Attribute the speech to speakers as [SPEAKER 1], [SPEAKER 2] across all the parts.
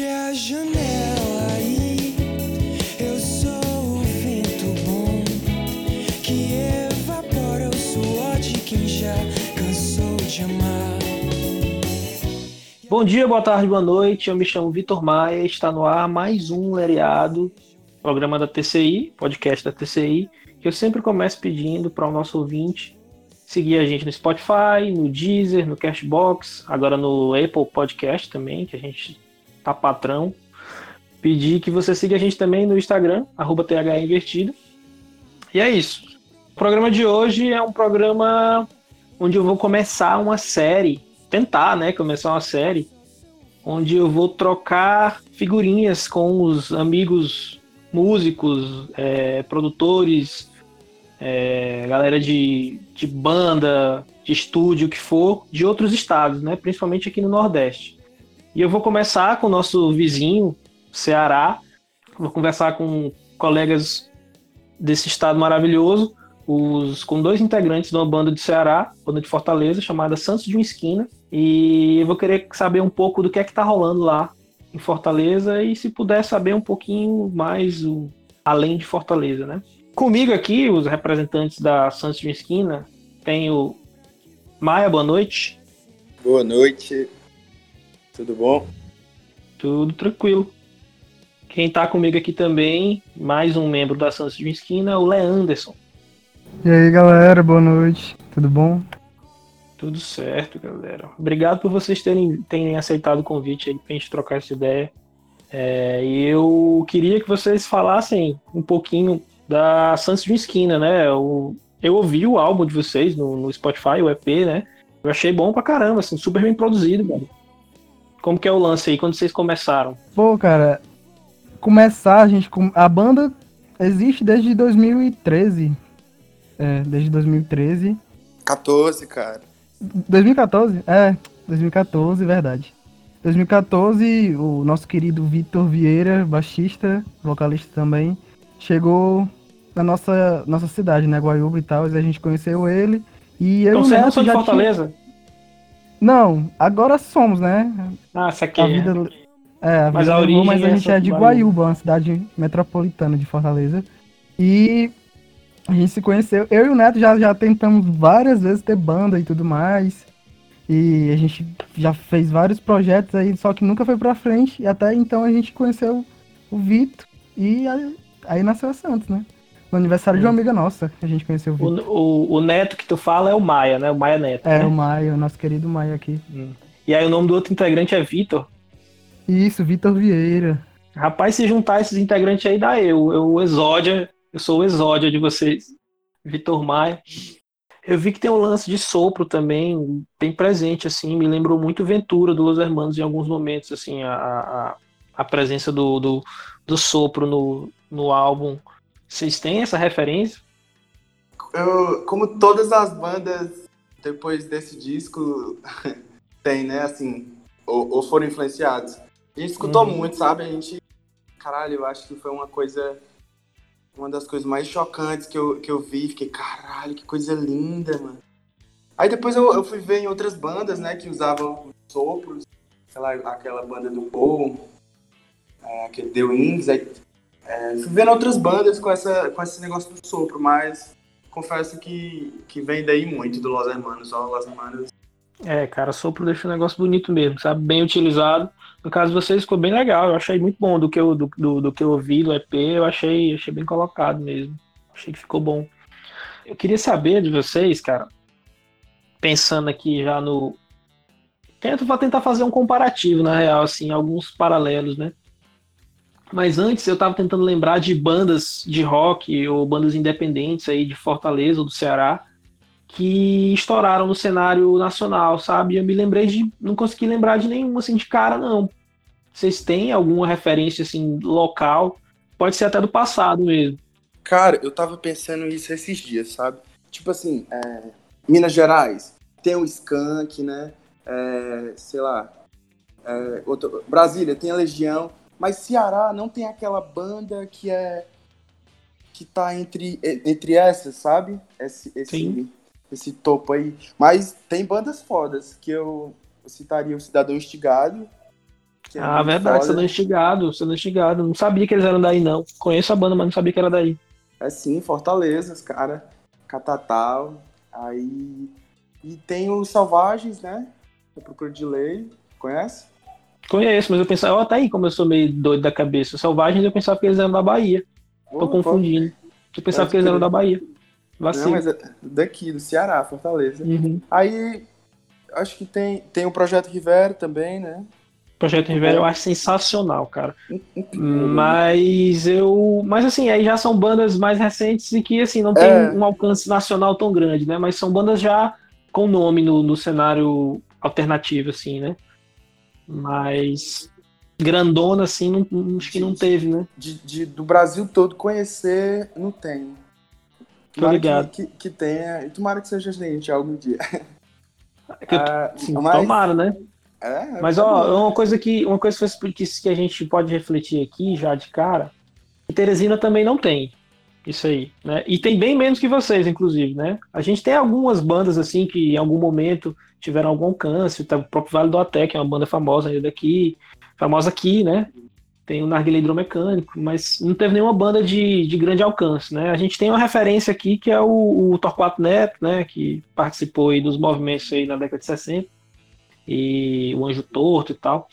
[SPEAKER 1] a janela aí, eu sou o vento bom que evapora o suor de quem já cansou de amar.
[SPEAKER 2] Bom dia, boa tarde, boa noite. Eu me chamo Vitor Maia. Está no ar mais um Lereado, programa da TCI, podcast da TCI, que eu sempre começo pedindo para o nosso ouvinte seguir a gente no Spotify, no Deezer, no Castbox, agora no Apple Podcast também, que a gente tá patrão. Pedir que você siga a gente também no Instagram, @THInvertido. E é isso. O programa de hoje é um programa onde eu vou começar uma série, tentar, né, começar uma série, onde eu vou trocar figurinhas com os amigos músicos, produtores, galera de banda, de estúdio, o que for, de outros estados, né, principalmente aqui no Nordeste. E eu vou começar com o nosso vizinho, Ceará. Vou conversar com colegas desse estado maravilhoso, com dois integrantes de uma banda de Ceará, banda de Fortaleza, chamada Santos de uma Esquina. E eu vou querer saber um pouco do que é que tá rolando lá em Fortaleza e se puder saber um pouquinho mais além de Fortaleza, né? Comigo aqui, os representantes da Santos de uma Esquina, tem o Maia, boa noite.
[SPEAKER 3] Boa noite, tudo bom?
[SPEAKER 2] Tudo tranquilo. Quem tá comigo aqui também, mais um membro da Santos de uma Esquina, o Leanderson.
[SPEAKER 4] E aí, galera, boa noite, tudo bom?
[SPEAKER 2] Tudo certo, galera. Obrigado por vocês terem aceitado o convite aí pra gente trocar essa ideia. E eu queria que vocês falassem um pouquinho da Santos de uma Esquina, né? Eu ouvi o álbum de vocês no Spotify, o EP, né? Eu achei bom pra caramba, assim, super bem produzido, mano. Como que é o lance aí, quando vocês começaram?
[SPEAKER 4] Pô, cara, a banda existe desde 2013. Desde 2013.
[SPEAKER 3] 14, cara.
[SPEAKER 4] 2014? 2014, verdade. 2014, o nosso querido Vitor Vieira, baixista, vocalista também, chegou na nossa cidade, né, Guaiúba e tal, e a gente conheceu ele. E eu
[SPEAKER 2] Então
[SPEAKER 4] e o
[SPEAKER 2] vocês não
[SPEAKER 4] Neto
[SPEAKER 2] são de
[SPEAKER 4] já
[SPEAKER 2] Fortaleza?
[SPEAKER 4] Não, agora somos, né?
[SPEAKER 2] Ah, saquei.
[SPEAKER 4] A vida
[SPEAKER 2] Mas a
[SPEAKER 4] levou,
[SPEAKER 2] origem
[SPEAKER 4] mas a
[SPEAKER 2] é
[SPEAKER 4] gente é de Guaiúba, uma cidade metropolitana de Fortaleza. E a gente se conheceu. Eu e o Neto já tentamos várias vezes ter banda e tudo mais. E a gente já fez vários projetos aí, só que nunca foi pra frente. E até então a gente conheceu o Vitor. E aí nasceu a Santos, né? No aniversário de uma amiga nossa, a gente conheceu o Vitor.
[SPEAKER 2] O Neto que tu fala é o Maia, né? O Maia Neto, né?
[SPEAKER 4] O Maia, o nosso querido Maia aqui.
[SPEAKER 2] E aí o nome do outro integrante é Vitor.
[SPEAKER 4] Isso, Vitor Vieira.
[SPEAKER 2] Rapaz, se juntar esses integrantes aí, dá eu Exódia. Eu sou o Exódia de vocês. Vitor Maia. Eu vi que tem um lance de sopro também, bem presente, assim. Me lembrou muito Ventura, do Los Hermanos, em alguns momentos, assim. A presença do sopro no álbum. Vocês têm essa referência?
[SPEAKER 3] Como todas as bandas depois desse disco tem, né, assim, ou foram influenciados. A gente escutou muito, sabe? Caralho, eu acho que foi uma das coisas mais chocantes que eu vi. Fiquei, caralho, que coisa linda, mano. Aí depois eu fui ver em outras bandas, né, que usavam sopros, sei lá, aquela banda do Paul, que The Wings, aí fui vendo outras bandas com esse negócio do sopro, mas confesso que vem daí muito do Los Hermanos, só Los Hermanos.
[SPEAKER 2] Cara, sopro deixa um negócio bonito mesmo, sabe? Bem utilizado. No caso de vocês ficou bem legal, eu achei muito bom do que eu ouvi do EP, eu achei bem colocado mesmo. Achei que ficou bom. Eu queria saber de vocês, cara, pensando aqui já no... Vou tentar fazer um comparativo, na real, assim, alguns paralelos, né? Mas antes eu tava tentando lembrar de bandas de rock ou bandas independentes aí de Fortaleza ou do Ceará que estouraram no cenário nacional, sabe? Eu me lembrei não consegui lembrar de nenhuma assim de cara, não. Vocês têm alguma referência assim local? Pode ser até do passado mesmo.
[SPEAKER 3] Cara, eu tava pensando isso esses dias, sabe? Tipo assim, Minas Gerais tem o Skank, né? Sei lá, Brasília tem a Legião, mas Ceará não tem aquela banda que tá entre essas, sabe? Esse topo aí. Mas tem bandas fodas, que eu citaria o Cidadão Instigado. que é
[SPEAKER 2] Ah,
[SPEAKER 3] muito
[SPEAKER 2] verdade,
[SPEAKER 3] foda.
[SPEAKER 2] Sendo instigado. Não sabia que eles eram daí, não. Conheço a banda, mas não sabia que era daí.
[SPEAKER 3] É sim, Fortaleza, os cara, Catatal, aí... E tem os Selvagens, né? Eu procuro de lei, conhece?
[SPEAKER 2] Conheço, mas eu pensava, ó, tá aí como eu sou meio doido da cabeça. Os Selvagens eu pensava que eles eram da Bahia. Tô
[SPEAKER 3] Pô,
[SPEAKER 2] confundindo. Eu pensava
[SPEAKER 3] pode
[SPEAKER 2] que eles eram da
[SPEAKER 3] crer.
[SPEAKER 2] Bahia.
[SPEAKER 3] Não,
[SPEAKER 2] Vacilo.
[SPEAKER 3] mas é daqui, do Ceará, Fortaleza.
[SPEAKER 2] Uhum.
[SPEAKER 3] Aí, acho que tem o Projeto Rivera também, né?
[SPEAKER 2] Projeto
[SPEAKER 3] Muito
[SPEAKER 2] Rivera eu
[SPEAKER 3] bom.
[SPEAKER 2] acho sensacional, cara.
[SPEAKER 3] Incrível, né?
[SPEAKER 2] Mas assim, aí já são bandas mais recentes e que assim não tem
[SPEAKER 3] É,
[SPEAKER 2] um alcance nacional tão grande, né? Mas são bandas já com nome no cenário alternativo, assim, né? Mas grandona assim, acho que
[SPEAKER 3] de,
[SPEAKER 2] não
[SPEAKER 3] de,
[SPEAKER 2] teve, né?
[SPEAKER 3] do Brasil todo conhecer, não tem.
[SPEAKER 2] Tô
[SPEAKER 3] Tomara
[SPEAKER 2] ligado.
[SPEAKER 3] que tenha, e tomara que seja gente algum dia.
[SPEAKER 2] É que
[SPEAKER 3] Ah,
[SPEAKER 2] assim,
[SPEAKER 3] mas,
[SPEAKER 2] tomara, né? Mas
[SPEAKER 3] é
[SPEAKER 2] ó,
[SPEAKER 3] bom, né?
[SPEAKER 2] uma coisa que a gente pode refletir aqui já de cara, que Teresina também não tem. Isso aí, né? E tem bem menos que vocês, inclusive, né? A gente tem algumas bandas assim que em algum momento tiveram algum alcance, tá? O próprio Vale do Até, que é uma banda famosa ainda daqui, famosa aqui, né? Tem o Narguilé Hidromecânico, mas não teve nenhuma banda de grande alcance, né? A gente tem uma referência aqui que é o Torquato Neto, né? Que participou aí dos movimentos aí na década de 60, e o Anjo Torto e tal.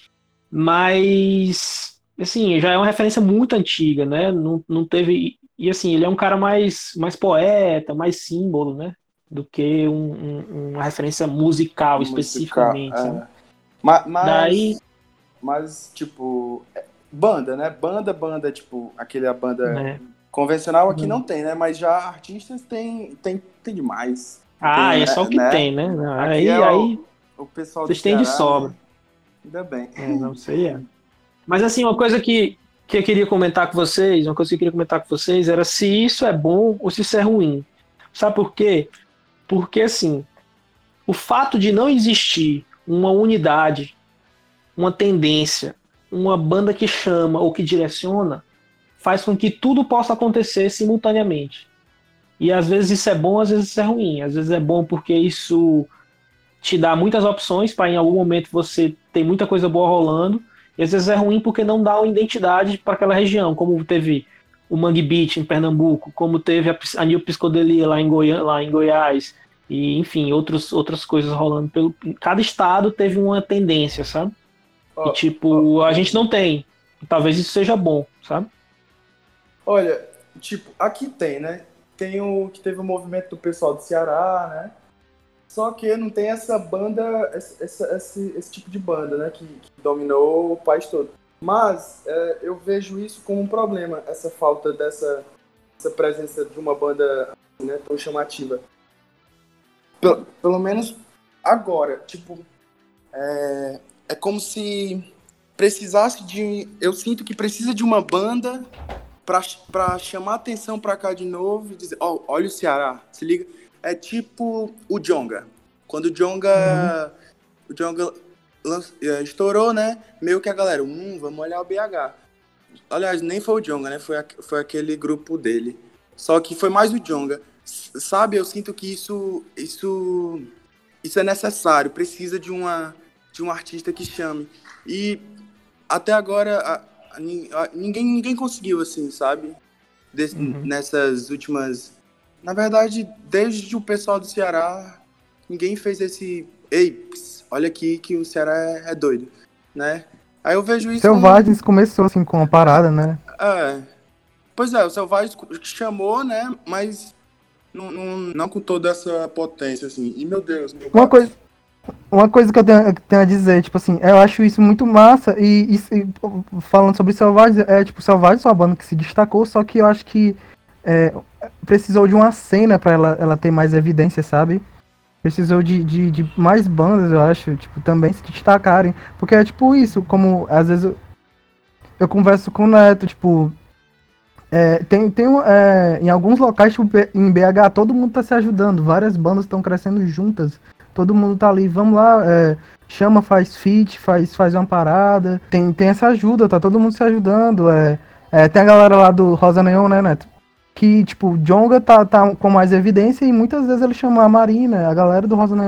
[SPEAKER 2] Mas, assim, já é uma referência muito antiga, né? Não teve. E assim, ele é um cara mais poeta, mais símbolo, né? Do que uma referência musical
[SPEAKER 3] Musical.
[SPEAKER 2] especificamente, sabe?
[SPEAKER 3] Ma-
[SPEAKER 2] Daí,
[SPEAKER 3] Mas, mas, tipo, banda, né? Banda, tipo, aquele a banda
[SPEAKER 2] né?
[SPEAKER 3] convencional aqui não tem, né? Mas já artistas tem demais.
[SPEAKER 2] Ah,
[SPEAKER 3] Tem,
[SPEAKER 2] é só o que
[SPEAKER 3] né?
[SPEAKER 2] tem, né?
[SPEAKER 3] Aqui é
[SPEAKER 2] Aí
[SPEAKER 3] o pessoal do
[SPEAKER 2] vocês têm de
[SPEAKER 3] Ceará, né?
[SPEAKER 2] sobra.
[SPEAKER 3] Ainda bem.
[SPEAKER 2] É, não sei. É. Mas assim, uma coisa que eu queria comentar com vocês, uma coisa que eu queria comentar com vocês era se isso é bom ou se isso é ruim. Sabe por quê? Porque assim, o fato de não existir uma unidade, uma tendência, uma banda que chama ou que direciona, faz com que tudo possa acontecer simultaneamente. E às vezes isso é bom, às vezes isso é ruim. Às vezes é bom porque isso te dá muitas opções para em algum momento você ter muita coisa boa rolando. E às vezes é ruim porque não dá uma identidade para aquela região, como teve o Mangue Beach em Pernambuco, como teve a Neo Psicodelia lá em Goiás, e enfim, outras coisas rolando. Cada estado teve uma tendência, sabe? E
[SPEAKER 3] Ó, ó,
[SPEAKER 2] tipo, a gente não tem. Talvez isso seja bom, sabe?
[SPEAKER 3] olha, tipo, aqui tem, né? Tem o que teve o movimento do pessoal do Ceará, né? Só que não tem essa banda, esse tipo de banda, né? Que dominou o país todo. Mas eu vejo isso como um problema, essa falta essa presença de uma banda, né, tão chamativa. Pelo menos agora, tipo, é como se precisasse de... Eu sinto que precisa de uma banda pra chamar atenção pra cá de novo e dizer, ó, olha o Ceará, se liga. É tipo o Djonga. Quando
[SPEAKER 2] Uhum.
[SPEAKER 3] o Djonga estourou, né? Meio que a galera, vamos olhar o BH. Aliás, nem foi o Djonga, né? Foi aquele grupo dele. Só que foi mais o Djonga. Sabe, eu sinto que isso é necessário. Precisa de um artista que chame. E até agora ninguém conseguiu, assim, sabe?
[SPEAKER 2] Uhum.
[SPEAKER 3] Nessas últimas... Na verdade, desde o pessoal do Ceará, ninguém fez esse... Ei, olha aqui que o Ceará é doido, né? Aí eu vejo isso como...
[SPEAKER 4] Selvagens começou assim com uma parada, né?
[SPEAKER 3] É, pois é, o Selvagem chamou, né? Mas não com toda essa potência, assim. E, meu Deus, meu
[SPEAKER 4] Uma
[SPEAKER 3] gato.
[SPEAKER 4] coisa, uma coisa que eu tenho a dizer, tipo assim, eu acho isso muito massa e falando sobre Selvagens, tipo, Selvagens é uma banda que se destacou, só que eu acho que é, precisou de uma cena pra ela ter mais evidência, sabe? Precisou de mais bandas, eu acho, tipo, também se destacarem. Porque é tipo isso, como às vezes eu converso com o Neto, tipo, em alguns locais, tipo, em BH, todo mundo tá se ajudando, várias bandas estão crescendo juntas, todo mundo tá ali, vamos lá, chama, faz feat, faz uma parada, tem essa ajuda, tá todo mundo se ajudando, tem a galera lá do Rosa Neon, né, Neto? Que, tipo, o Djonga tá com mais evidência e muitas vezes ele chama a Marina, a galera do Rosa Neon,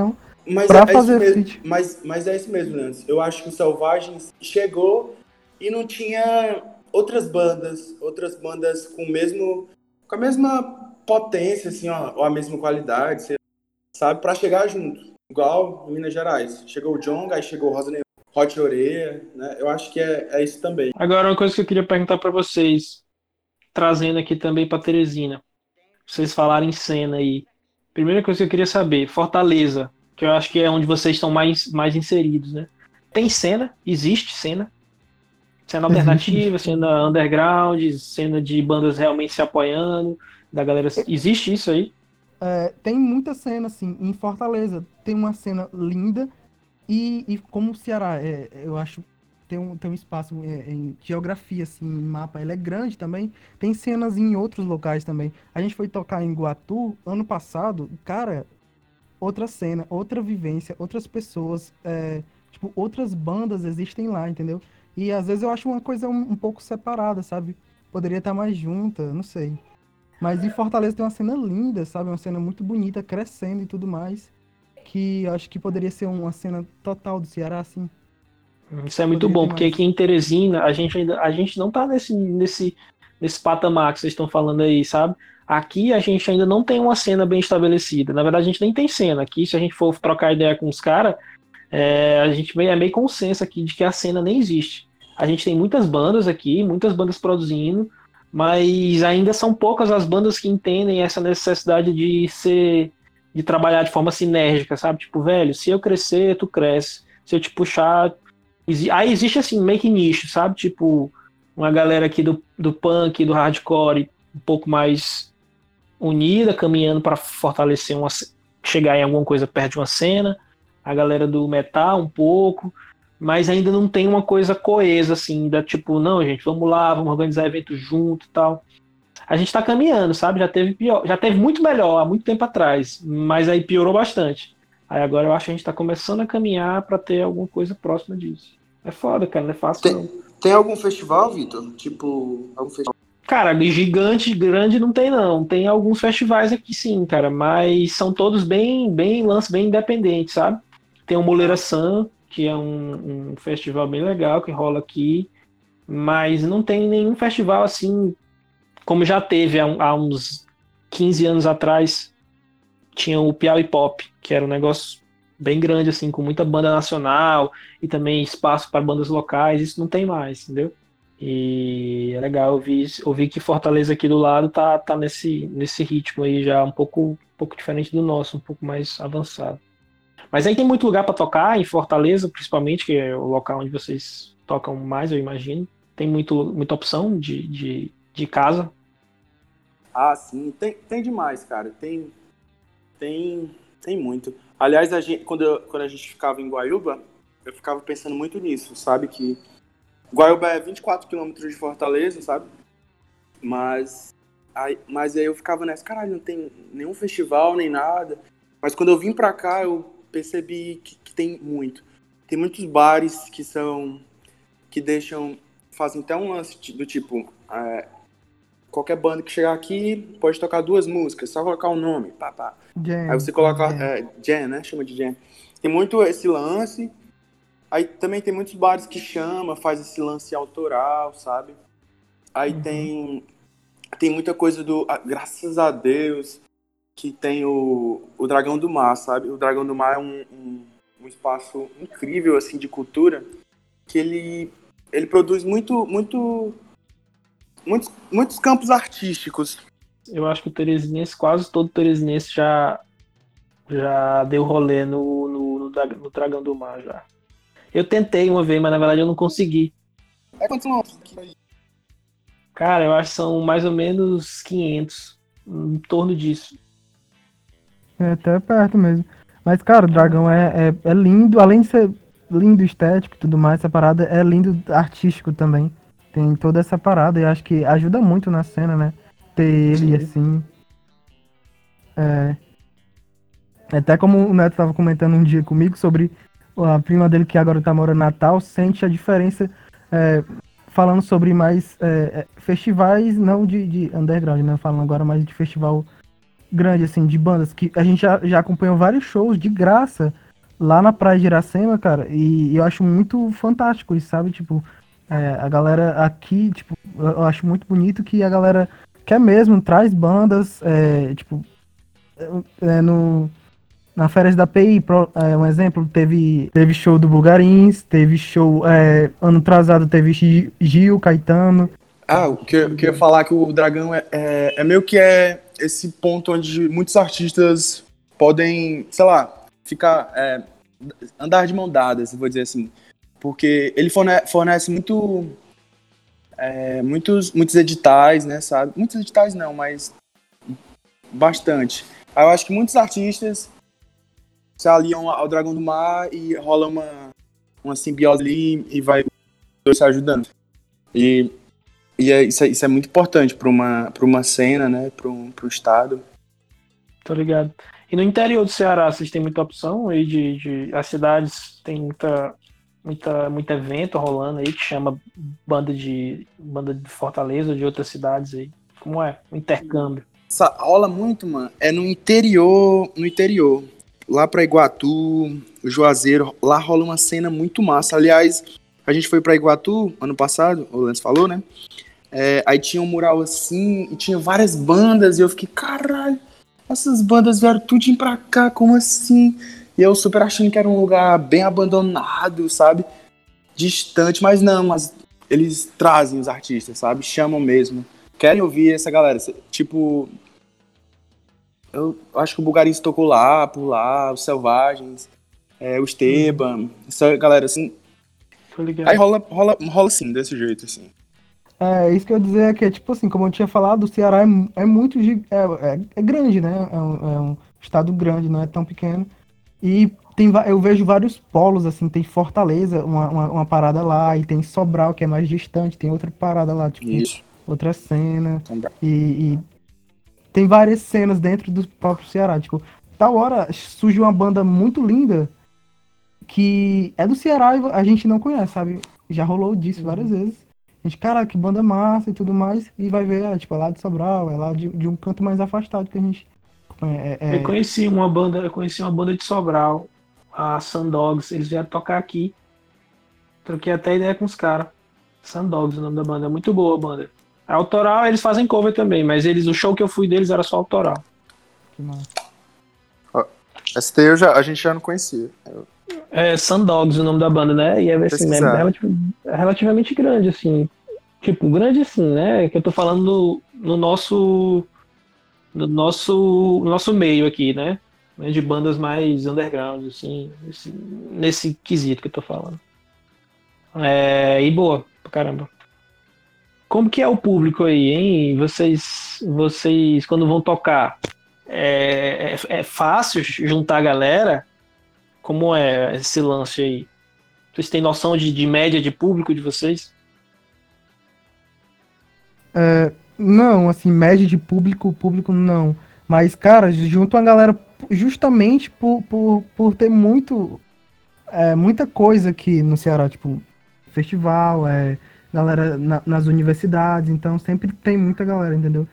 [SPEAKER 3] Mas
[SPEAKER 4] pra
[SPEAKER 3] é isso
[SPEAKER 4] fazer
[SPEAKER 3] mesmo,
[SPEAKER 4] feat.
[SPEAKER 3] mas é isso mesmo, Leandro. Eu acho que o Selvagens chegou e não tinha outras bandas com a mesma potência, assim, ó, ou a mesma qualidade, sabe, pra chegar junto. Igual em Minas Gerais. Chegou o Djonga, aí chegou o Rosa Neon, Hot Oreia, né? Eu acho que é isso também.
[SPEAKER 2] Agora, uma coisa que eu queria perguntar para vocês, trazendo aqui também para Teresina. Vocês falaram em cena aí. Primeira coisa que eu queria saber, Fortaleza, que eu acho que é onde vocês estão mais inseridos, né? Tem cena? Existe cena? Cena
[SPEAKER 4] Existe.
[SPEAKER 2] alternativa, cena underground, cena de bandas realmente se apoiando, da galera. Existe isso aí?
[SPEAKER 4] Tem muita cena, assim, em Fortaleza. Tem uma cena linda e como o Ceará, eu acho, tem um espaço em geografia, assim, em mapa, ele é grande também. Tem cenas em outros locais também. A gente foi tocar em Iguatu ano passado, cara, outra cena, outra vivência, outras pessoas, tipo, outras bandas existem lá, entendeu? E às vezes eu acho uma coisa um pouco separada, sabe? Poderia estar mais junta, não sei. Mas em Fortaleza tem uma cena linda, sabe? Uma cena muito bonita, crescendo e tudo mais. Que eu acho que poderia ser uma cena total do Ceará, assim.
[SPEAKER 2] Isso é muito
[SPEAKER 4] Poderia
[SPEAKER 2] bom,
[SPEAKER 4] ter
[SPEAKER 2] porque
[SPEAKER 4] mais.
[SPEAKER 2] aqui em Teresina a gente não tá nesse patamar que vocês estão falando aí, sabe? Aqui a gente ainda não tem uma cena bem estabelecida. Na verdade, a gente nem tem cena. Aqui, se a gente for trocar ideia com os caras, a gente é meio consenso aqui de que a cena nem existe. A gente tem muitas bandas aqui, muitas bandas produzindo, mas ainda são poucas as bandas que entendem essa necessidade de trabalhar de forma sinérgica, sabe? Tipo, velho, se eu crescer, tu cresce. Se eu te puxar. Aí existe assim, meio que nicho, sabe? Tipo, uma galera aqui do punk, do hardcore, um pouco mais unida, caminhando para fortalecer chegar em alguma coisa perto de uma cena, a galera do metal um pouco, mas ainda não tem uma coisa coesa assim, da tipo, não, gente, vamos lá, vamos organizar evento junto e tal. A gente tá caminhando, sabe? Já teve pior, já teve muito melhor há muito tempo atrás, mas aí piorou bastante. Aí agora eu acho que a gente tá começando a caminhar para ter alguma coisa próxima disso. É foda, cara, não é fácil não.
[SPEAKER 3] Tem algum festival, Vitor? Tipo, algum festival?
[SPEAKER 2] Cara, de gigante, grande não tem não. Tem alguns festivais aqui sim, cara, mas são todos bem lances bem independentes, sabe? Tem o Moleira Sun, que é um festival bem legal que rola aqui, mas não tem nenhum festival assim, como já teve há uns 15 anos atrás, tinha o Piauí Pop, que era um negócio bem grande assim, com muita banda nacional e também espaço para bandas locais, isso não tem mais, entendeu? E é legal ouvir que Fortaleza aqui do lado tá nesse ritmo aí já um pouco diferente do nosso, um pouco mais avançado. Mas aí tem muito lugar para tocar, em Fortaleza, principalmente, que é o local onde vocês tocam mais, eu imagino. Tem muita opção de casa.
[SPEAKER 3] Ah, sim, tem demais, cara. Tem muito. Aliás, quando a gente ficava em Guaiúba, eu ficava pensando muito nisso, sabe? Que Guaiúba é 24 quilômetros de Fortaleza, sabe? Mas aí eu ficava nessa, caralho, não tem nenhum festival, nem nada. Mas quando eu vim pra cá, eu percebi que tem muito. Tem muitos bares que fazem até um lance do tipo, qualquer banda que chegar aqui pode tocar 2 músicas, só colocar o nome, pá, pá. Aí
[SPEAKER 4] Jam,
[SPEAKER 3] você coloca
[SPEAKER 4] jam.
[SPEAKER 3] jam, né? Chama de jam. Tem muito esse lance. Aí também tem muitos bares que faz esse lance autoral, sabe? Aí tem muita coisa graças a Deus, que tem o Dragão do Mar, sabe? O Dragão do Mar é um espaço incrível, assim, de cultura, que ele produz muitos campos artísticos.
[SPEAKER 2] Eu acho que o Teresinense, quase todo Teresinense já deu rolê no Dragão do Mar já. Eu tentei uma vez, mas na verdade eu não consegui.
[SPEAKER 3] Quantos quilômetros?
[SPEAKER 2] Cara, eu acho que são mais ou menos 500, em torno disso.
[SPEAKER 4] É até perto mesmo. Mas, cara, o dragão é lindo, além de ser lindo estético e tudo mais, essa parada é lindo artístico também. Tem toda essa parada e acho que ajuda muito na cena, né? Ter ele assim. Até como o Neto tava comentando um dia comigo sobre a prima dele que agora tá morando em Natal, sente a diferença falando sobre mais festivais, não de underground, né? Falando agora mais de festival grande, assim, de bandas, que a gente já acompanhou vários shows de graça lá na praia de Iracema, cara, e eu acho muito fantástico isso, sabe? Tipo, a galera aqui, tipo, eu acho muito bonito que a galera quer mesmo, traz bandas, tipo, no, na Férias da PI, um exemplo, teve show do Bulgarins, teve show, ano atrasado teve Gil, Caetano.
[SPEAKER 3] Ah, o que eu ia falar é que o Dragão é meio que esse ponto onde muitos artistas podem, sei lá, ficar, andar de mão dadas, vou dizer assim. Porque ele fornece muitos editais, né, sabe? Muitos editais não, mas bastante. Aí eu acho que muitos artistas se aliam ao Dragão do Mar e rola uma simbiose ali e vai se ajudando. E isso é muito importante para uma cena, né, para um estado.
[SPEAKER 2] Tô ligado. E no interior do Ceará, vocês têm muita opção aí as cidades têm muito evento rolando aí que chama banda de Fortaleza ou de outras cidades aí. Como é? O intercâmbio.
[SPEAKER 3] Rola muito, mano. É no interior. Lá pra Iguatu, Juazeiro, lá rola uma cena muito massa. Aliás, a gente foi pra Iguatu ano passado, o Lance falou, né? Aí tinha um mural assim, e tinha várias bandas, e eu fiquei, caralho, essas bandas vieram tudinho pra cá, como assim? E eu super achando que era um lugar bem abandonado, sabe? Distante, mas não, eles trazem os artistas, sabe? Chamam mesmo. Querem ouvir essa galera. Tipo, eu acho que o Bulgarins tocou lá, por lá, os Selvagens, o Esteban, essa galera assim.
[SPEAKER 2] Tô ligado.
[SPEAKER 3] Aí rola assim, desse jeito, assim.
[SPEAKER 4] Isso que eu ia dizer é que, tipo assim, como eu tinha falado, o Ceará é muito é grande, né? É um estado grande, não é tão pequeno. E eu vejo vários polos, assim, tem Fortaleza, uma parada lá, e tem Sobral, que é mais distante, tem outra parada lá, tipo,
[SPEAKER 3] Isso.
[SPEAKER 4] outra cena. E tem várias cenas dentro do próprio Ceará. Tipo, tal hora surge uma banda muito linda que é do Ceará e a gente não conhece, sabe? Já rolou disso várias vezes. A gente, cara, que banda massa e tudo mais, e vai ver, tipo, é lá de Sobral, é lá de um canto mais afastado que a gente.
[SPEAKER 2] Eu conheci uma banda de Sobral, a Sundogs, eles vieram tocar aqui. Troquei até ideia com os caras. Sundogs, o nome da banda, é muito boa a banda. A autoral eles fazem cover também, mas o show que eu fui deles era só autoral.
[SPEAKER 4] Que massa.
[SPEAKER 3] ST a gente já não conhecia.
[SPEAKER 2] Sundogs o nome da banda, né? E assim, é relativamente grande, assim. Tipo, grande assim, né? Que eu tô falando no nosso meio aqui, né? De bandas mais underground, assim, nesse quesito que eu tô falando. E boa, pra caramba. Como que é o público aí, hein? Vocês quando vão tocar, é fácil juntar a galera? Como é esse lance aí? Vocês têm noção de média de público de vocês?
[SPEAKER 4] Não, assim, média de público não. Mas, cara, junto a galera justamente por ter muita coisa aqui no Ceará, tipo, festival, galera nas universidades, então sempre tem muita galera, entendeu?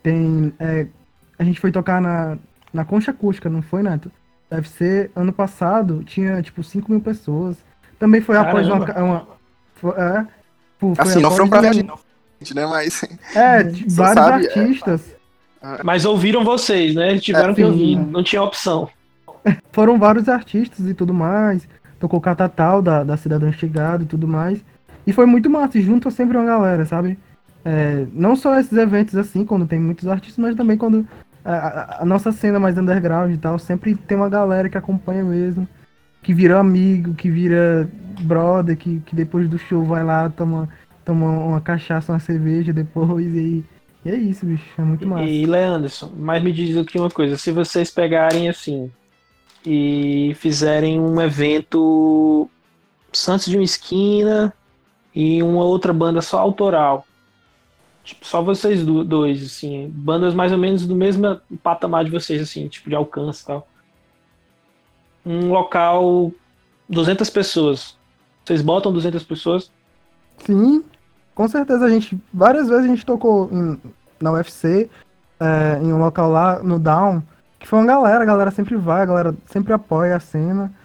[SPEAKER 4] A gente foi tocar na Concha Acústica, não foi, Neto? Deve ser, ano passado, tinha, tipo, 5 mil pessoas. Também foi após foi
[SPEAKER 3] Assim, não foram pra ver a gente, né? Mas.
[SPEAKER 4] Vários
[SPEAKER 3] sabe,
[SPEAKER 4] artistas.
[SPEAKER 2] Mas ouviram vocês, né? Eles tiveram que ouvir, não tinha opção.
[SPEAKER 4] Foram vários artistas e tudo mais. Tocou Catatal da Cidadã Chegado e tudo mais. E foi muito massa, e junta sempre uma galera, sabe? Não só esses eventos assim, quando tem muitos artistas, mas também quando a nossa cena mais underground e tal, sempre tem uma galera que acompanha mesmo, que vira amigo, que vira brother, que depois do show vai lá, toma uma cachaça, uma cerveja depois, e é isso, bicho, é muito massa.
[SPEAKER 2] E Leanderson, mas me diz aqui uma coisa, se vocês pegarem assim e fizerem um evento Santos de uma Esquina e uma outra banda só autoral, tipo, só vocês dois, assim, bandas mais ou menos do mesmo patamar de vocês, assim, tipo, de alcance e tal. Um local, 200 pessoas. Vocês botam 200 pessoas?
[SPEAKER 4] Sim, com certeza várias vezes a gente tocou na UFC, em um local lá no Down, que foi uma galera, a galera sempre vai, a galera sempre apoia a cena.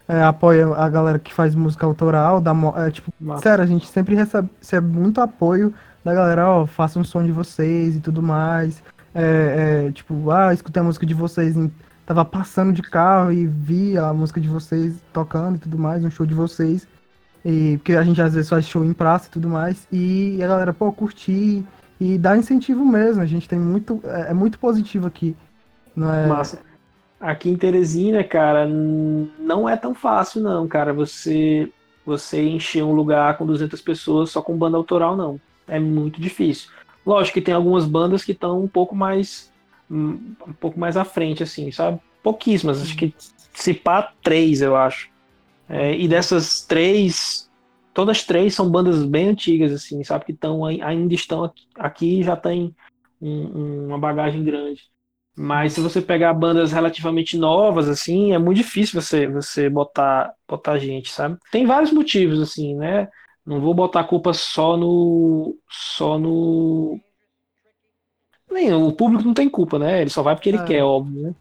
[SPEAKER 4] apoia a galera que faz música autoral, tipo,
[SPEAKER 2] Massa.
[SPEAKER 4] sério, a gente sempre recebe muito apoio da galera, ó, faça um som de vocês e tudo mais. Tipo, escutei a música de vocês, tava passando de carro e vi a música de vocês tocando e tudo mais, um show de vocês. E porque a gente às vezes faz show em praça e tudo mais, e a galera, pô, curtir e dá incentivo mesmo. A gente tem muito, muito positivo aqui, não é?
[SPEAKER 2] Massa. Aqui em Teresina, cara, não é tão fácil, não, cara. Você encher um lugar com 200 pessoas só com banda autoral, não. É muito difícil. Lógico que tem algumas bandas que estão um pouco mais à frente, assim, sabe? Pouquíssimas, acho que se pá, 3, eu acho. E dessas 3, todas 3 são bandas bem antigas, assim, sabe? Que ainda estão aqui e já tem uma bagagem grande. Mas se você pegar bandas relativamente novas, assim, é muito difícil você botar gente, sabe? Tem vários motivos, assim, né? Não vou botar a culpa Nem, o público não tem culpa, né? Ele só vai porque ele quer, óbvio, né?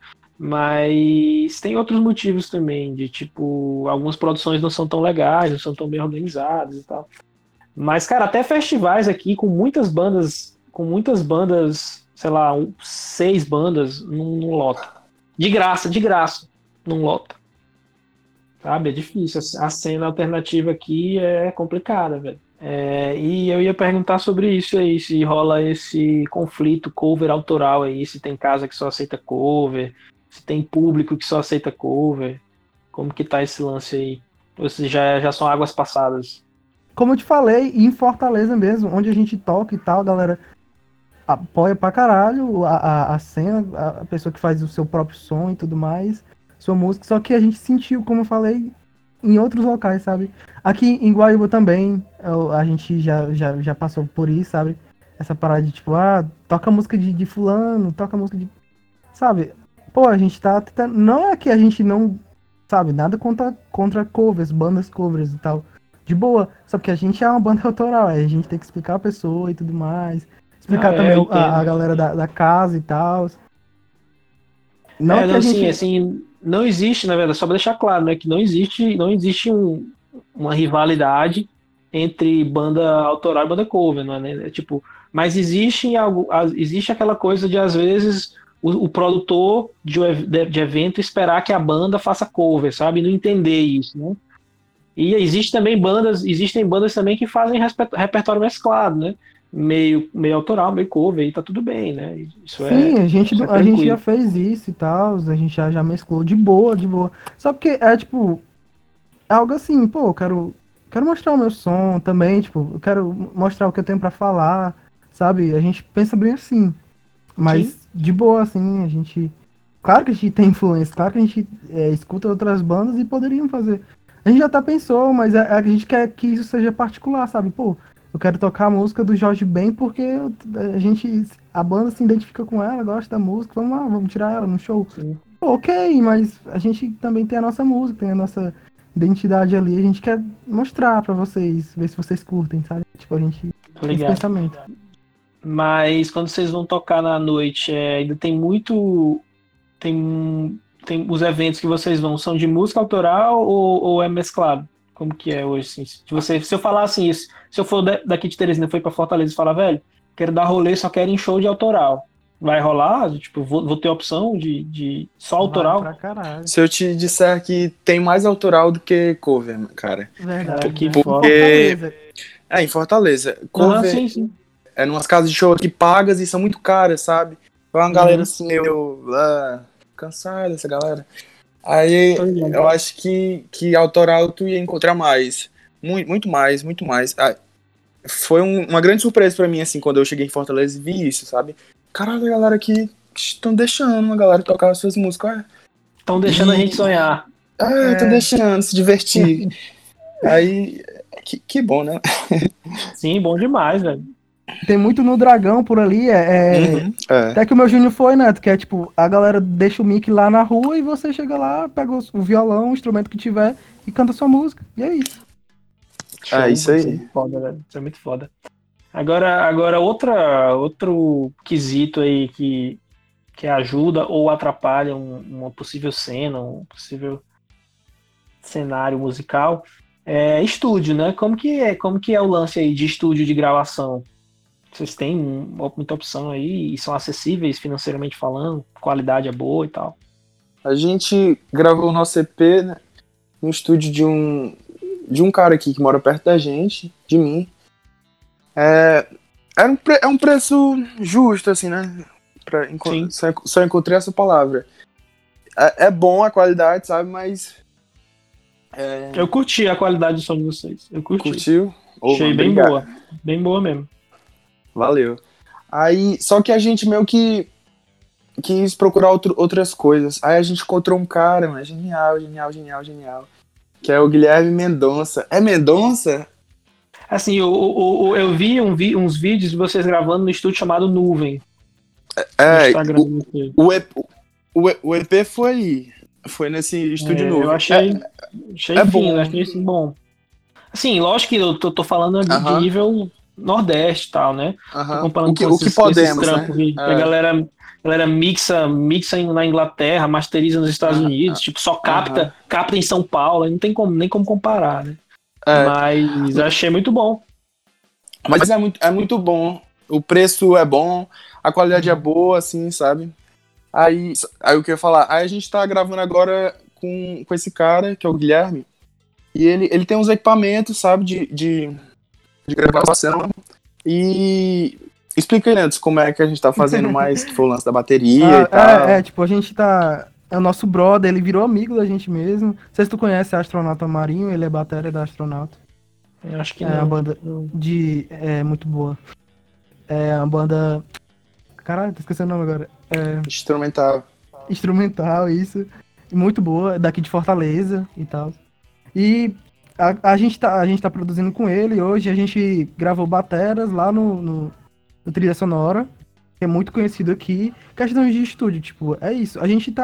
[SPEAKER 2] Mas tem outros motivos também, de tipo, algumas produções não são tão legais, não são tão bem organizadas e tal. Mas, cara, até festivais aqui com muitas bandas, sei lá, 6 bandas, não lota. De graça, não lota. Sabe? É difícil. A cena alternativa aqui é complicada, velho. E eu ia perguntar sobre isso aí, se rola esse conflito cover autoral aí, se tem casa que só aceita cover, se tem público que só aceita cover. Como que tá esse lance aí? Ou se já são águas passadas?
[SPEAKER 4] Como eu te falei, em Fortaleza mesmo, onde a gente toca e tal, a galera apoia pra caralho a cena, a pessoa que faz o seu próprio som e tudo mais, sua música, só que a gente sentiu, como eu falei, em outros locais, sabe? Aqui em Guaíba também, a gente já passou por isso, sabe? Essa parada de tipo, toca música de fulano, toca música de... Sabe? Pô, a gente tá tentando... Não é que a gente não... Sabe? Nada contra covers, bandas covers e tal. De boa. Só porque a gente é uma banda autoral, aí a gente tem que explicar a pessoa e tudo mais. Explicar também a galera da casa e tal. Não que
[SPEAKER 2] não,
[SPEAKER 4] a gente...
[SPEAKER 2] assim, não existe, na verdade, só para deixar claro, né, que não existe uma rivalidade entre banda autoral e banda cover, não é, né? Tipo, mas existe aquela coisa de às vezes o produtor de evento esperar que a banda faça cover, sabe? E não entender isso, né? E existem bandas também que fazem repertório mesclado, né? Meio autoral, meio cover, e tá tudo bem, né? Isso
[SPEAKER 4] Sim, a gente já
[SPEAKER 2] tranquilo.
[SPEAKER 4] fez isso e tal, a gente já mesclou de boa, de boa. Só porque é tipo, é algo assim, pô, eu quero mostrar o meu som também, tipo, eu quero mostrar o que eu tenho pra falar, sabe? A gente pensa bem assim,
[SPEAKER 2] Sim.
[SPEAKER 4] mas de boa, assim, a gente. Claro que a gente tem influência, claro que a gente escuta outras bandas e poderiam fazer. A gente já até pensou, mas a gente quer que isso seja particular, sabe? Pô, eu quero tocar a música do Jorge Ben porque a banda se identifica com ela, gosta da música, vamos lá, vamos tirar ela no show.
[SPEAKER 2] Sim.
[SPEAKER 4] Pô, ok, mas a gente também tem a nossa música, tem a nossa identidade ali, a gente quer mostrar pra vocês, ver se vocês curtem, sabe? Tipo, a gente tem esse pensamento.
[SPEAKER 2] Mas quando vocês vão tocar na noite, ainda tem muito. Tem os eventos que vocês vão, são de música autoral ou é mesclado? Como que é hoje? Assim? Se eu falar assim, se eu for daqui de Teresina, for pra Fortaleza e falar, velho, quero dar rolê, só quero em show de autoral. Vai rolar? Tipo, vou ter a opção de só autoral?
[SPEAKER 4] Vai pra caralho.
[SPEAKER 3] Se eu te disser que tem mais autoral do que cover, cara.
[SPEAKER 4] Verdade.
[SPEAKER 2] Que
[SPEAKER 3] Porque...
[SPEAKER 4] Fortaleza.
[SPEAKER 3] em Fortaleza.
[SPEAKER 2] Não,
[SPEAKER 3] Cover
[SPEAKER 2] sim.
[SPEAKER 3] é numas casas de show aqui pagas e são muito caras, sabe? É uma galera assim, meio cansada, essa galera. Aí eu acho que autoral tu ia encontrar mais. Muito mais. Foi uma grande surpresa pra mim, assim, quando eu cheguei em Fortaleza e vi isso, sabe? Caralho, a galera aqui estão deixando a galera tocar as suas músicas.
[SPEAKER 2] Estão deixando a gente sonhar.
[SPEAKER 3] Estão deixando se divertir. Aí, que bom, né?
[SPEAKER 2] Sim, bom demais, velho.
[SPEAKER 4] Tem muito no Dragão por ali, até que o meu Júnior foi, né? Que é tipo, a galera deixa o mic lá na rua e você chega lá, pega o violão, o instrumento que tiver e canta sua música. E é isso.
[SPEAKER 3] Show, isso aí.
[SPEAKER 2] Isso é muito foda, velho. Isso é muito foda. Agora outro quesito aí que ajuda ou atrapalha uma possível cena, cenário musical, estúdio, né? Como que é o lance aí de estúdio de gravação? Vocês têm muita opção aí e são acessíveis financeiramente falando, qualidade é boa e tal.
[SPEAKER 3] A gente gravou o nosso EP, né, no estúdio de um cara aqui que mora perto da gente, de mim. É um preço justo, assim, né? Só encontrei essa palavra. É bom a qualidade, sabe? Mas...
[SPEAKER 2] Eu curti a qualidade do som de vocês. Eu curti.
[SPEAKER 3] Curtiu?
[SPEAKER 2] Achei bem boa. Bem boa mesmo.
[SPEAKER 3] Valeu. Aí, só que a gente meio que quis procurar outras coisas. Aí a gente encontrou um cara, mano, genial. Que é o Guilherme Mendonça. É Mendonça?
[SPEAKER 2] Assim, eu vi uns vídeos de vocês gravando no estúdio chamado Nuvem. No Instagram.
[SPEAKER 3] O EP foi nesse estúdio novo.
[SPEAKER 2] Eu achei fino, achei assim, bom. Assim, lógico que eu tô falando de nível Nordeste e tal, né?
[SPEAKER 3] O que podemos, né?
[SPEAKER 2] A galera mixa na Inglaterra, masteriza nos Estados Unidos, tipo, só capta em São Paulo, aí não tem nem como comparar, né? Mas achei muito bom.
[SPEAKER 3] Mas é muito bom. O preço é bom, a qualidade é boa, assim, sabe? Aí o que eu ia falar? Aí a gente tá gravando agora com esse cara, que é o Guilherme, e ele tem uns equipamentos, sabe, de gravação. E explica aí, Neto, como é que a gente tá fazendo mais, que foi o lance da bateria e tal.
[SPEAKER 4] Tipo, a gente tá... É o nosso brother, ele virou amigo da gente mesmo. Não sei se tu conhece a Astronauta Marinho, ele é bateria da Astronauta.
[SPEAKER 2] Eu acho que
[SPEAKER 4] é uma banda muito boa. É uma banda... Caralho, tô esquecendo o nome agora. Instrumental, isso. Muito boa, daqui de Fortaleza e tal. E a gente tá produzindo com ele. Hoje a gente gravou bateras lá no Trilha Sonora, que é muito conhecido aqui. Questões de estúdio, tipo, é isso. A gente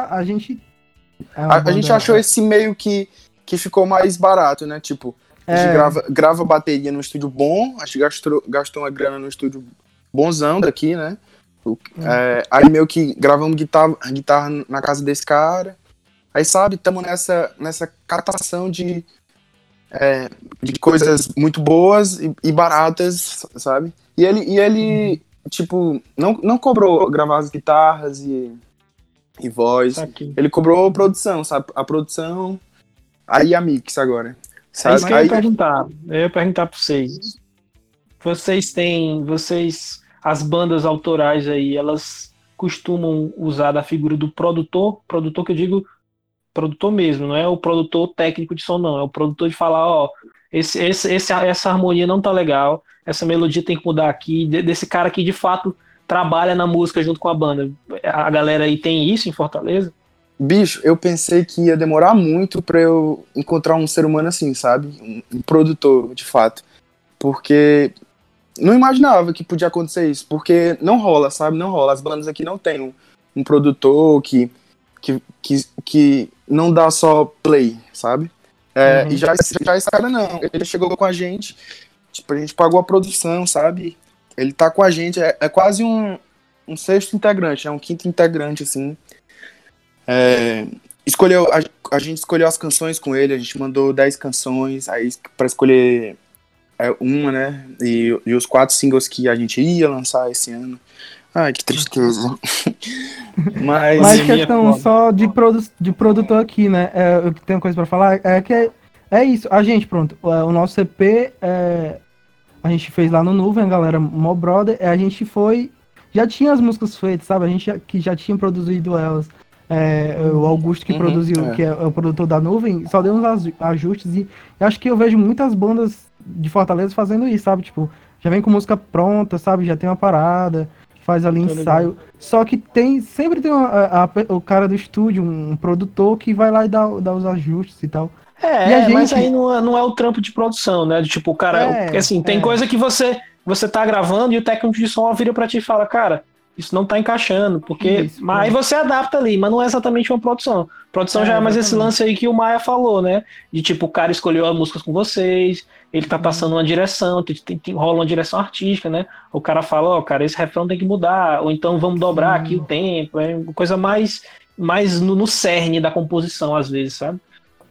[SPEAKER 3] achou esse meio que ficou mais barato, né? Tipo, a gente grava bateria no estúdio bom, a gente gastou uma grana no estúdio bonzão daqui, né? Aí meio que gravamos guitarra na casa desse cara. Aí, sabe, estamos nessa captação de coisas muito boas e baratas, sabe? E ele tipo, não cobrou gravar as guitarras e voz. Ele cobrou produção, sabe? A produção, aí a mix agora. Sabe?
[SPEAKER 2] É isso que eu ia perguntar pra vocês. As bandas autorais aí, elas costumam usar da figura do produtor que eu digo produtor mesmo, não é o produtor técnico de som, não, é o produtor de falar, ó, essa harmonia não tá legal, essa melodia tem que mudar aqui, desse cara que de fato trabalha na música junto com a banda. A galera aí tem isso em Fortaleza?
[SPEAKER 3] Bicho, eu pensei que ia demorar muito pra eu encontrar um ser humano assim, sabe? Um produtor, de fato. Porque não imaginava que podia acontecer isso, porque não rola, sabe? Não rola. As bandas aqui não tem um produtor que não dá só play, sabe? E já esse cara não. Ele chegou com a gente, tipo, a gente pagou a produção, sabe? Ele tá com a gente, é quase um sexto integrante, é um quinto integrante, assim. A gente escolheu as canções com ele, a gente mandou 10 canções, aí pra escolher uma, né? E os 4 singles que a gente ia lançar esse ano. Ai, que tristeza.
[SPEAKER 4] Mas questão só de produtor aqui, né? Eu tenho coisa pra falar, é isso. A gente, pronto, o nosso EP, a gente fez lá no Nuvem, a galera Mo Brother, a gente foi, já tinha as músicas feitas, sabe? A gente já tinha produzido elas. O Augusto que produziu, que é o produtor da Nuvem, só deu uns ajustes e acho que eu vejo muitas bandas de Fortaleza fazendo isso, sabe? Tipo, já vem com música pronta, sabe? Já tem uma parada, faz ali ensaio. Legal. Só que sempre tem o cara do estúdio, um produtor que vai lá e dá os ajustes e tal.
[SPEAKER 2] Mas aí não é o trampo de produção, né? Tipo, o cara, assim, tem coisa que você tá gravando e o técnico de som vira pra ti e fala, cara, isso não tá encaixando, porque... Mas aí você adapta ali, mas não é exatamente uma produção. Produção já é mais esse lance aí que o Maia falou, né? De tipo, o cara escolheu as músicas com vocês, ele tá passando uma direção, rola uma direção artística, né? O cara fala, ó, cara, esse refrão tem que mudar, ou então vamos dobrar aqui o tempo, é uma coisa mais no cerne da composição, às vezes, sabe?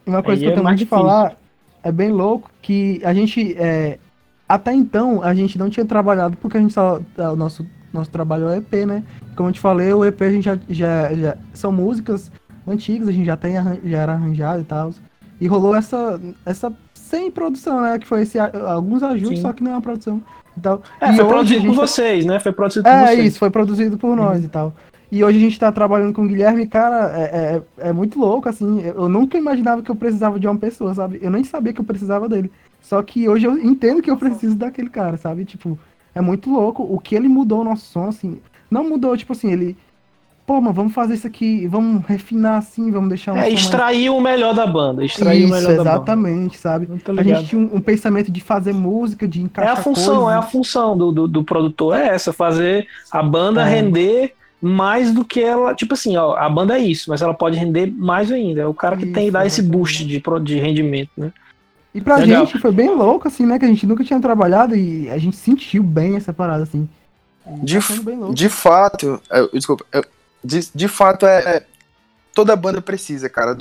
[SPEAKER 4] Uma coisa
[SPEAKER 2] Aí
[SPEAKER 4] que eu
[SPEAKER 2] é
[SPEAKER 4] tenho
[SPEAKER 2] mais
[SPEAKER 4] muito que
[SPEAKER 2] difícil.
[SPEAKER 4] falar, é bem louco, que a gente, até então, a gente não tinha trabalhado, porque a gente só, o nosso trabalho é o EP, né? Como eu te falei, o EP a gente já são músicas antigas, a gente já era arranjado e tal. E rolou essa sem produção, né? Que foi alguns ajustes, só
[SPEAKER 2] Sim.
[SPEAKER 4] que não é uma produção e tal.
[SPEAKER 2] É,
[SPEAKER 4] E
[SPEAKER 2] foi
[SPEAKER 4] hoje a
[SPEAKER 2] produzido por
[SPEAKER 4] gente tá.
[SPEAKER 2] vocês, né? Foi produzido por
[SPEAKER 4] É
[SPEAKER 2] vocês.
[SPEAKER 4] isso, foi produzido por nós
[SPEAKER 2] Uhum.
[SPEAKER 4] e tal. E hoje a gente tá trabalhando com o Guilherme, cara, é muito louco, assim. Eu nunca imaginava que eu precisava de uma pessoa, sabe? Eu nem sabia que eu precisava dele. Só que hoje eu entendo que eu preciso daquele cara, sabe? Tipo, é muito louco o que ele mudou o nosso som, assim. Não mudou, tipo assim, ele. Pô, mano, vamos fazer isso aqui, vamos refinar assim, vamos deixar um
[SPEAKER 2] É,
[SPEAKER 4] som mais.
[SPEAKER 2] extrair o melhor da banda. Extrair o
[SPEAKER 4] Isso,
[SPEAKER 2] melhor da banda.
[SPEAKER 4] exatamente, sabe?
[SPEAKER 2] Não tô
[SPEAKER 4] A gente
[SPEAKER 2] ligado.
[SPEAKER 4] tinha um pensamento de fazer música, de encaixar
[SPEAKER 2] É a
[SPEAKER 4] coisas.
[SPEAKER 2] função do produtor, é essa, fazer a banda
[SPEAKER 4] É,
[SPEAKER 2] render mais do que ela. Tipo assim, ó, a banda é isso, mas ela pode render mais ainda. É o cara que tem que
[SPEAKER 4] isso,
[SPEAKER 2] dar esse boost
[SPEAKER 4] exatamente.
[SPEAKER 2] de rendimento, né?
[SPEAKER 4] E pra
[SPEAKER 2] Legal.
[SPEAKER 4] gente foi bem louco, assim, né? Que a gente nunca tinha trabalhado e a gente sentiu bem essa parada, assim. E
[SPEAKER 3] De,
[SPEAKER 4] tá sendo bem louco.
[SPEAKER 3] de fato, desculpa, de fato toda banda precisa, cara,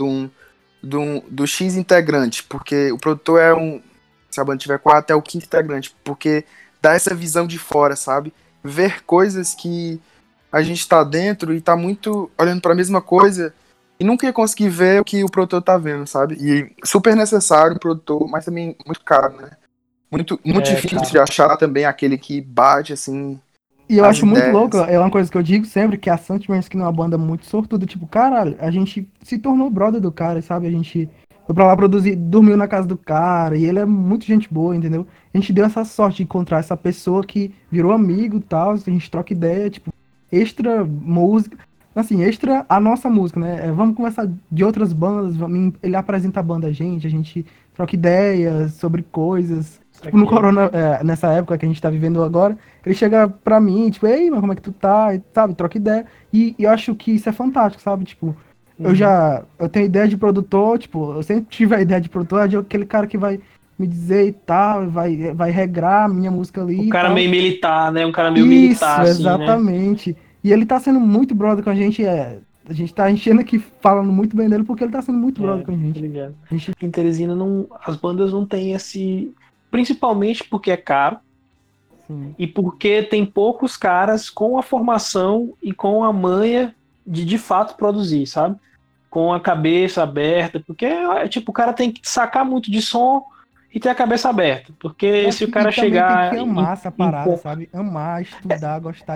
[SPEAKER 3] do X integrante, porque o produtor se a banda tiver 4, é o quinto integrante, porque dá essa visão de fora, sabe? Ver coisas que a gente tá dentro e tá muito olhando pra mesma coisa e nunca ia conseguir ver o que o produtor tá vendo, sabe? E super necessário o produtor, mas também muito caro, né? Muito
[SPEAKER 2] É,
[SPEAKER 3] difícil
[SPEAKER 2] cara.
[SPEAKER 3] de achar também aquele que bate, assim,
[SPEAKER 4] E eu
[SPEAKER 3] as
[SPEAKER 4] acho muito louco,
[SPEAKER 3] ideias.
[SPEAKER 4] é uma coisa que eu digo sempre, que a Santimans, que é uma banda muito sortuda, tipo, caralho, a gente se tornou brother do cara, sabe? A gente foi pra lá produzir, dormiu na casa do cara, e ele é muito gente boa, entendeu? A gente deu essa sorte de encontrar essa pessoa que virou amigo e tal, a gente troca ideia, tipo, extra música, assim, extra a nossa música, né? Vamos conversar de outras bandas, ele apresenta a banda a gente troca ideias sobre coisas. Tipo, no
[SPEAKER 2] Aqui.
[SPEAKER 4] Corona, nessa época que a gente tá vivendo agora, ele chega pra mim, tipo, ei, mas como é que tu tá? E, sabe, troca ideia. E eu acho que isso é fantástico, sabe? Tipo,
[SPEAKER 2] Uhum.
[SPEAKER 4] eu tenho ideia de produtor, tipo, eu sempre tive a ideia de produtor, é de aquele cara que vai me dizer e tal, vai regrar a minha música
[SPEAKER 2] O
[SPEAKER 4] ali e
[SPEAKER 2] cara
[SPEAKER 4] tal.
[SPEAKER 2] meio militar, né? Um cara meio militar,
[SPEAKER 4] Isso,
[SPEAKER 2] assim, né?
[SPEAKER 4] exatamente. E ele tá sendo muito brother com a gente, a gente tá enchendo aqui falando muito bem dele porque ele tá sendo muito brother
[SPEAKER 2] É,
[SPEAKER 4] com a
[SPEAKER 2] tá
[SPEAKER 4] gente.
[SPEAKER 2] ligado.
[SPEAKER 4] A gente
[SPEAKER 2] Aqui em Teresina, não, as bandas não têm esse. Principalmente porque é caro
[SPEAKER 4] assim,
[SPEAKER 2] e porque tem poucos caras com a formação e com a manha de fato produzir, sabe? Com a cabeça aberta, porque tipo, o cara tem que sacar muito de som e ter a cabeça aberta,
[SPEAKER 4] eu
[SPEAKER 2] porque
[SPEAKER 4] acho
[SPEAKER 2] se o
[SPEAKER 4] que e
[SPEAKER 2] cara
[SPEAKER 4] também tem que
[SPEAKER 2] chegar
[SPEAKER 4] amar essa parada, sabe? Amar, estudar, gostar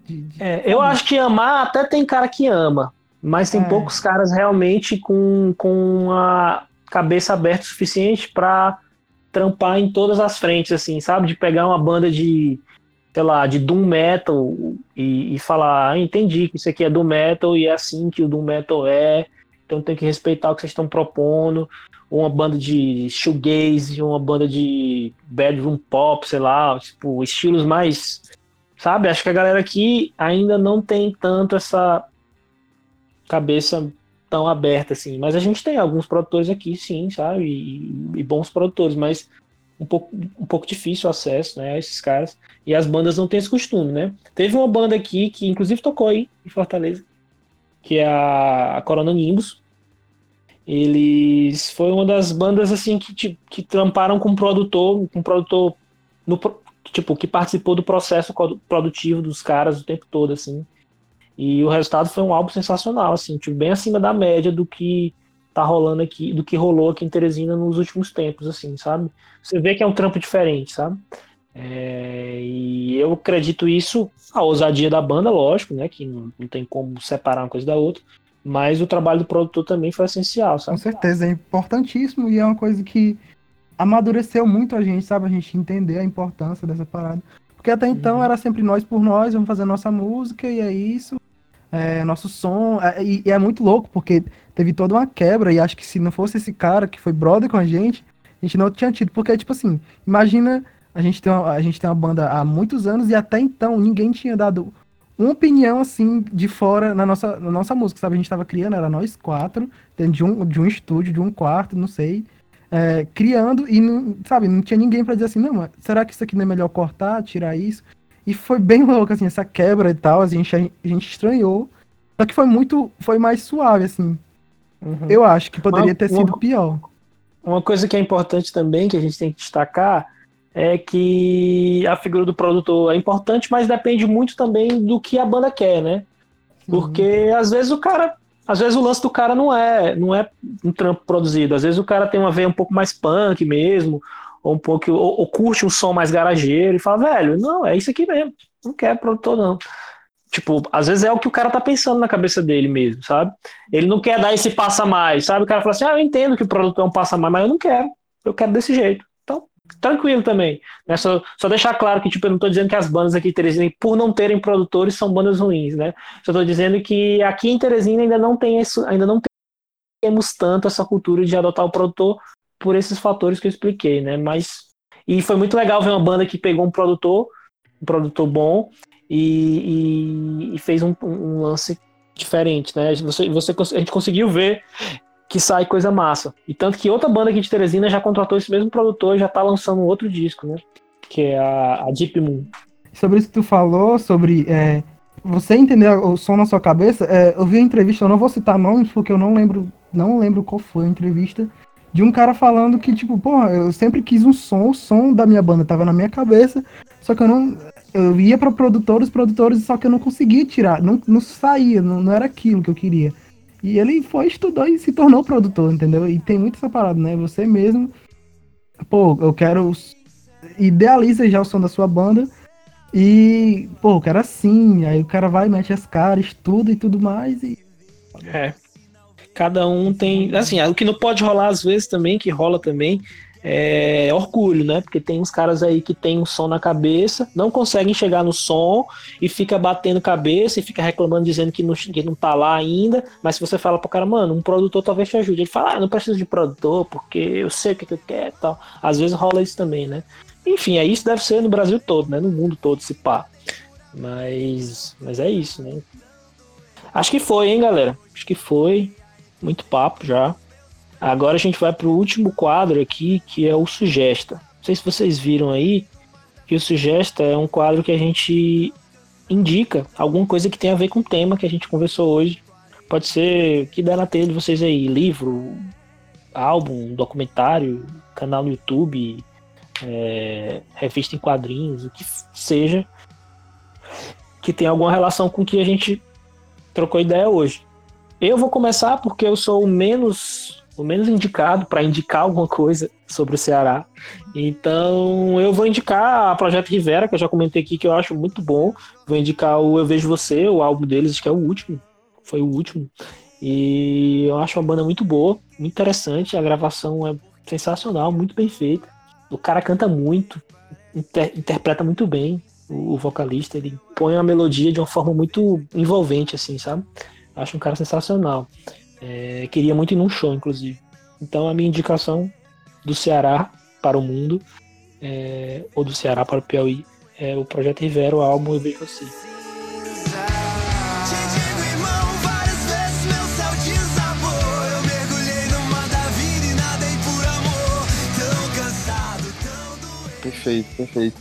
[SPEAKER 2] eu
[SPEAKER 4] sabe?
[SPEAKER 2] acho que amar até tem cara que ama, mas tem
[SPEAKER 4] É,
[SPEAKER 2] poucos caras realmente com a cabeça aberta o suficiente para trampar em todas as frentes, assim, sabe? De pegar uma banda de, sei lá, de Doom Metal e falar, entendi que isso aqui é Doom Metal e é assim que o Doom Metal é, então tem que respeitar o que vocês estão propondo. Ou uma banda de shoegaze, uma banda de bedroom pop, sei lá, tipo, estilos mais, sabe? Acho que a galera aqui ainda não tem tanto essa cabeça tão aberta assim. Mas a gente tem alguns produtores aqui, sim, sabe? E bons produtores, mas um pouco difícil o acesso, né, a esses caras. E as bandas não têm esse costume, né? Teve uma banda aqui que inclusive tocou aí em Fortaleza, que é a Corona Nimbus. Eles foi uma das bandas assim que tramparam com um produtor no, tipo, que participou do processo produtivo dos caras o tempo todo assim. E o resultado foi um álbum sensacional, assim, tipo, bem acima da média do que tá rolando aqui, do que rolou aqui em Teresina nos últimos tempos, assim, sabe? Você vê que é um trampo diferente, sabe? E eu acredito isso, a ousadia da banda, lógico, né? Que não tem como separar uma coisa da outra, mas o trabalho do produtor também foi essencial,
[SPEAKER 4] com
[SPEAKER 2] sabe?
[SPEAKER 4] certeza, é importantíssimo e é uma coisa que amadureceu muito a gente, sabe? A gente entender a importância dessa parada. Porque até então
[SPEAKER 2] Uhum.
[SPEAKER 4] era sempre nós por nós, vamos fazer nossa música e é isso. Nosso som. E é muito louco, porque teve toda uma quebra, e acho que se não fosse esse cara que foi brother com a gente não tinha tido. Porque, tipo assim, imagina, a gente tem uma banda há muitos anos e até então ninguém tinha dado uma opinião assim de fora na nossa música, sabe? A gente tava criando, era nós quatro, dentro de um estúdio, de um quarto, não sei. Criando e, não, sabe, não tinha ninguém pra dizer assim, não, mas será que isso aqui não é melhor cortar, tirar isso? E foi bem louco, assim, essa quebra e tal, a gente estranhou. Só que foi mais suave, assim.
[SPEAKER 2] Uhum.
[SPEAKER 4] Eu acho que poderia ter
[SPEAKER 2] Uma-
[SPEAKER 4] sido pior.
[SPEAKER 2] Uma coisa que é importante também, que a gente tem que destacar, é que a figura do produtor é importante, mas depende muito também do que a banda quer, né?
[SPEAKER 4] Sim.
[SPEAKER 2] Porque às vezes o lance do cara não é um trampo produzido. Às vezes o cara tem uma veia um pouco mais punk mesmo, ou um pouco, ou curte um som mais garageiro e fala, velho, não, é isso aqui mesmo. Não quero produtor, não. Tipo, às vezes é o que o cara tá pensando na cabeça dele mesmo, sabe? Ele não quer dar esse passo a mais, sabe? O cara fala assim, eu entendo que o produtor é um passo a mais, mas eu não quero. Eu quero desse jeito. Então, tranquilo também. Né? Só deixar claro que, tipo, eu não tô dizendo que as bandas aqui em Teresina, por não terem produtores, são bandas ruins, né? Só tô dizendo que aqui em Teresina ainda não tem isso, ainda não temos tanto essa cultura de adotar o produtor por esses fatores que eu expliquei, né? E foi muito legal ver uma banda que pegou um produtor bom e fez um lance diferente, né? A gente conseguiu ver que sai coisa massa. E tanto que outra banda aqui de Teresina já contratou esse mesmo produtor e já tá lançando um outro disco, né? Que é a Deep Moon.
[SPEAKER 4] Sobre isso que tu falou, sobre você entender o som na sua cabeça, eu vi a entrevista, eu não vou citar nomes porque eu não lembro qual foi a entrevista, de um cara falando que, tipo, porra, eu sempre quis um som, o som da minha banda tava na minha cabeça, só que eu ia pra produtores, só que eu não conseguia tirar, não saía, não era aquilo que eu queria. E ele foi, estudou e se tornou produtor, entendeu? E tem muito essa parada, né? Você mesmo, pô, eu quero, idealiza já o som da sua banda, e, pô, o cara assim, aí o cara vai, mete as caras, estuda e tudo mais, e...
[SPEAKER 2] É. Cada um tem. Assim, o que não pode rolar às vezes também, que rola também, é orgulho, né? Porque tem uns caras aí que tem um som na cabeça, não conseguem chegar no som e fica batendo cabeça e fica reclamando, dizendo que não tá lá ainda. Mas se você fala pro cara, mano, um produtor talvez te ajude. Ele fala, não preciso de produtor, porque eu sei o que eu quero e tal. Às vezes rola isso também, né? Enfim, é isso deve ser no Brasil todo, né? No mundo todo, se pá. Mas é isso, né? Acho que foi, hein, galera? Acho que foi. Muito papo já. Agora a gente vai pro último quadro aqui, que é o Sugesta. Não sei se vocês viram aí, que o Sugesta é um quadro que a gente indica alguma coisa que tem a ver com o tema que a gente conversou hoje. Pode ser o que der na telha de vocês aí, livro, álbum, documentário, canal no YouTube, revista em quadrinhos, o que seja, que tem alguma relação com o que a gente trocou ideia hoje. Eu vou começar porque eu sou o menos indicado para indicar alguma coisa sobre o Ceará. Então, eu vou indicar a Projeto Rivera, que eu já comentei aqui, que eu acho muito bom. Vou indicar o Eu Vejo Você, o álbum deles, acho que é o último. Foi o último. E eu acho uma banda muito boa, muito interessante. A gravação é sensacional, muito bem feita. O cara canta muito, interpreta muito bem. O vocalista, ele põe a melodia de uma forma muito envolvente, assim, sabe? Acho um cara sensacional. Queria muito ir num show, inclusive. Então a minha indicação do Ceará para o mundo, ou do Ceará para o Piauí, é o Projeto Rivera, o álbum Eu Vejo Você.
[SPEAKER 3] Perfeito, perfeito.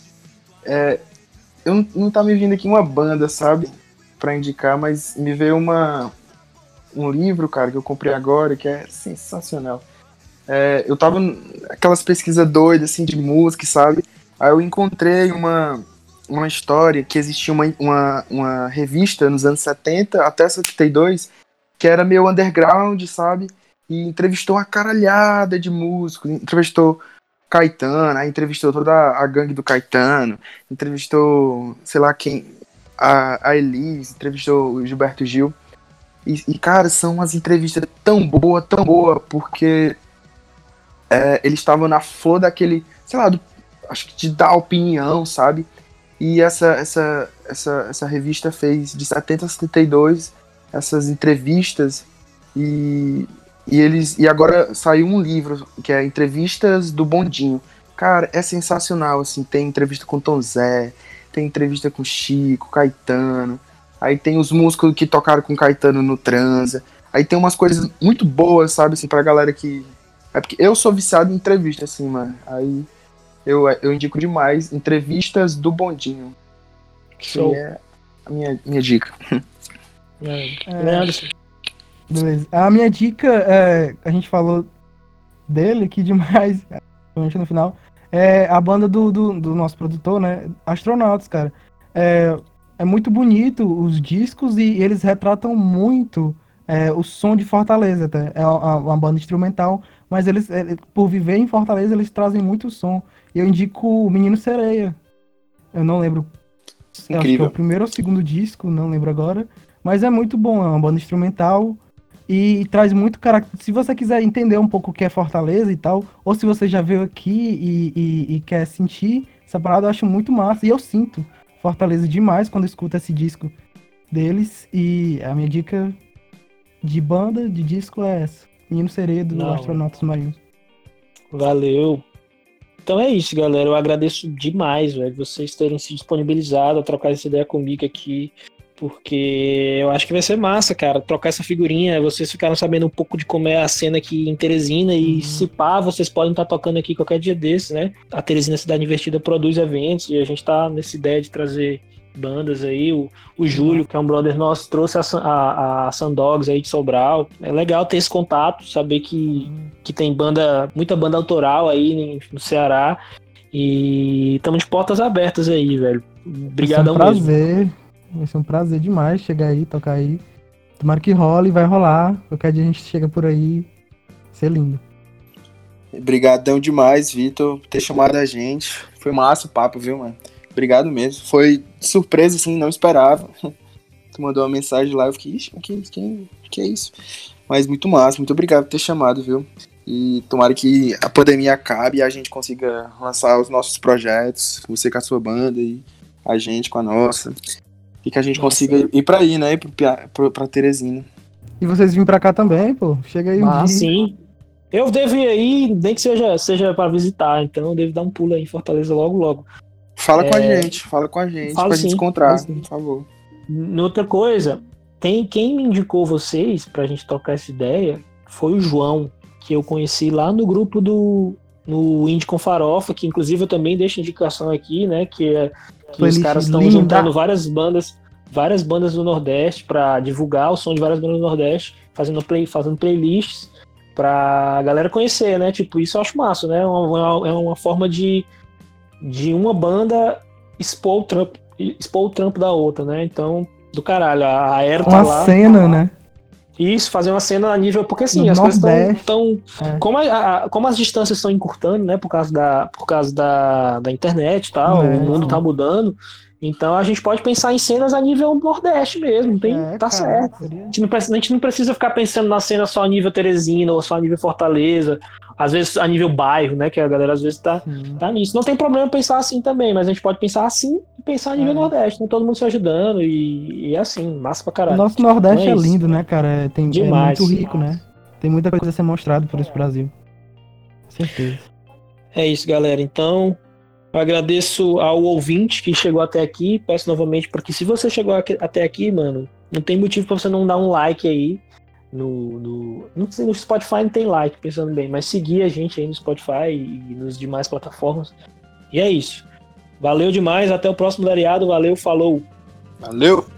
[SPEAKER 3] Eu não tá me vindo aqui uma banda, sabe? Pra indicar, mas me veio um livro, cara, que eu comprei agora, que é sensacional. Eu tava aquelas pesquisas doidas, assim, de música, sabe? Aí eu encontrei uma história que existia uma revista nos anos 70 até 72, que era meio underground, sabe? E entrevistou uma caralhada de músicos, entrevistou Caetano, aí entrevistou toda a gangue do Caetano, entrevistou, sei lá quem, a Elis, entrevistou o Gilberto Gil. E, cara, são umas entrevistas tão boa, porque eles estavam na flor daquele, sei lá, acho que de dar opinião, sabe? E essa revista fez de 70 a 72 essas entrevistas e agora saiu um livro que é Entrevistas do Bondinho. Cara, é sensacional, assim, tem entrevista com Tom Zé, tem entrevista com Chico, Caetano, aí tem os músicos que tocaram com Caetano no Transa, aí tem umas coisas muito boas, sabe, assim, pra galera que... É porque eu sou viciado em entrevista, assim, mano, aí eu indico demais Entrevistas do Bondinho, que
[SPEAKER 2] Show.
[SPEAKER 3] é a minha dica.
[SPEAKER 2] Leandro.
[SPEAKER 4] Beleza. A minha dica, a gente falou dele aqui demais, principalmente no final, é a banda do nosso produtor, né? Astronautas, cara. É muito bonito os discos e eles retratam muito o som de Fortaleza, até. É uma banda instrumental, mas eles, por viver em Fortaleza, eles trazem muito som. E eu indico o Menino Sereia. Eu não lembro, eu acho que é o
[SPEAKER 3] Incrível.
[SPEAKER 4] primeiro ou segundo disco, não lembro agora. Mas é muito bom, é uma banda instrumental e traz muito caráter. Se você quiser entender um pouco o que é Fortaleza e tal, ou se você já veio aqui e quer sentir essa parada, eu acho muito massa. E eu sinto Fortaleza demais quando eu escuto esse disco deles. E a minha dica de banda, de disco é essa. Menino Sereia do
[SPEAKER 2] Não,
[SPEAKER 4] Astronautas Marinhos.
[SPEAKER 2] valeu. Então é isso, galera. Eu agradeço demais, velho, vocês terem se disponibilizado a trocar essa ideia comigo aqui, porque eu acho que vai ser massa, cara, trocar essa figurinha. Vocês ficaram sabendo um pouco de como é a cena aqui em Teresina e se pá, vocês podem estar tocando aqui qualquer dia desses, né? A Teresina Cidade Investida produz eventos e a gente tá nessa ideia de trazer bandas aí. O Júlio, que é um brother nosso, trouxe a Sandogs aí de Sobral. É legal ter esse contato, saber que tem muita banda autoral aí no Ceará. E estamos de portas abertas aí, velho. Obrigadão
[SPEAKER 4] Vai ser um
[SPEAKER 2] mesmo.
[SPEAKER 4] prazer. Vai ser um prazer demais chegar aí, tocar aí. Tomara que role, vai rolar. Qualquer dia a gente chega por aí. Vai ser lindo.
[SPEAKER 3] Obrigadão demais, Vitor, por ter chamado a gente. Foi massa o papo, viu, mano? Obrigado mesmo. Foi surpresa, assim, não esperava. Tu mandou uma mensagem lá, eu fiquei, ixi, que é isso? Mas muito massa, muito obrigado por ter chamado, viu? E tomara que a pandemia acabe e a gente consiga lançar os nossos projetos, você com a sua banda e a gente com a nossa. E que a gente consiga ir pra aí, né? Ir pra Teresina.
[SPEAKER 4] E vocês virem pra cá também, pô. Chega aí um dia.
[SPEAKER 2] Sim. Eu devo ir aí, nem que seja para visitar, então eu devo dar um pulo aí em Fortaleza logo, logo.
[SPEAKER 3] Fala com a gente
[SPEAKER 2] Falo
[SPEAKER 3] pra gente
[SPEAKER 2] sim,
[SPEAKER 3] se encontrar,
[SPEAKER 2] falo sim.
[SPEAKER 3] por favor.
[SPEAKER 2] Outra coisa, quem me indicou vocês pra gente trocar essa ideia foi o João, que eu conheci lá no grupo no Indie com Farofa, que inclusive eu também deixo indicação aqui, né, que os
[SPEAKER 4] Playlist
[SPEAKER 2] caras estão
[SPEAKER 4] linda.
[SPEAKER 2] juntando várias bandas do Nordeste pra divulgar o som de várias bandas do Nordeste, fazendo playlists pra galera conhecer, né, tipo, isso eu acho massa, né, é uma forma de uma banda expor o trampo da outra, né? Então, do caralho, a Aero tá
[SPEAKER 4] Uma
[SPEAKER 2] lá.
[SPEAKER 4] cena, né?
[SPEAKER 2] Isso, fazer uma cena a nível. Porque assim,
[SPEAKER 4] No
[SPEAKER 2] as coisas
[SPEAKER 4] Nordeste.
[SPEAKER 2] estão. Como as distâncias estão encurtando, né? Por causa da internet e tal, o mundo tá mudando. Então a gente pode pensar em cenas a nível Nordeste mesmo. Tá certo. A gente não precisa ficar pensando na cena só a nível Teresina ou só a nível Fortaleza. Às vezes a nível bairro, né? Que a galera às vezes tá nisso. Não tem problema pensar assim também, mas a gente pode pensar assim e pensar a nível Nordeste, né? Todo mundo se ajudando e assim, massa pra
[SPEAKER 4] O
[SPEAKER 2] caralho.
[SPEAKER 4] nosso Nordeste
[SPEAKER 2] Então
[SPEAKER 4] é
[SPEAKER 2] isso.
[SPEAKER 4] lindo, né, cara? É
[SPEAKER 2] Demais.
[SPEAKER 4] muito rico, né? Tem muita coisa a ser mostrada por esse Brasil. Com certeza.
[SPEAKER 2] É isso, galera. Então, eu agradeço ao ouvinte que chegou até aqui. Peço novamente para que, se você chegou até aqui, mano, não tem motivo para você não dar um like aí. No Spotify não tem like, pensando bem, mas seguir a gente aí no Spotify e nos demais plataformas. E é isso. Valeu demais. Até o próximo Lariado. Valeu, falou.
[SPEAKER 3] Valeu!